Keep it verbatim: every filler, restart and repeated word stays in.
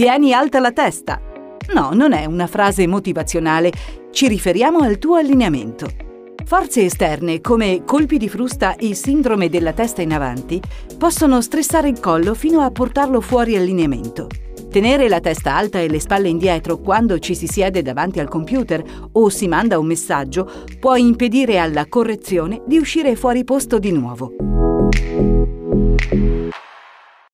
Tieni alta la testa. No, non è una frase motivazionale, ci riferiamo al tuo allineamento. Forze esterne come colpi di frusta e sindrome della testa in avanti possono stressare il collo fino a portarlo fuori allineamento. Tenere la testa alta e le spalle indietro quando ci si siede davanti al computer o si manda un messaggio può impedire alla correzione di uscire fuori posto di nuovo.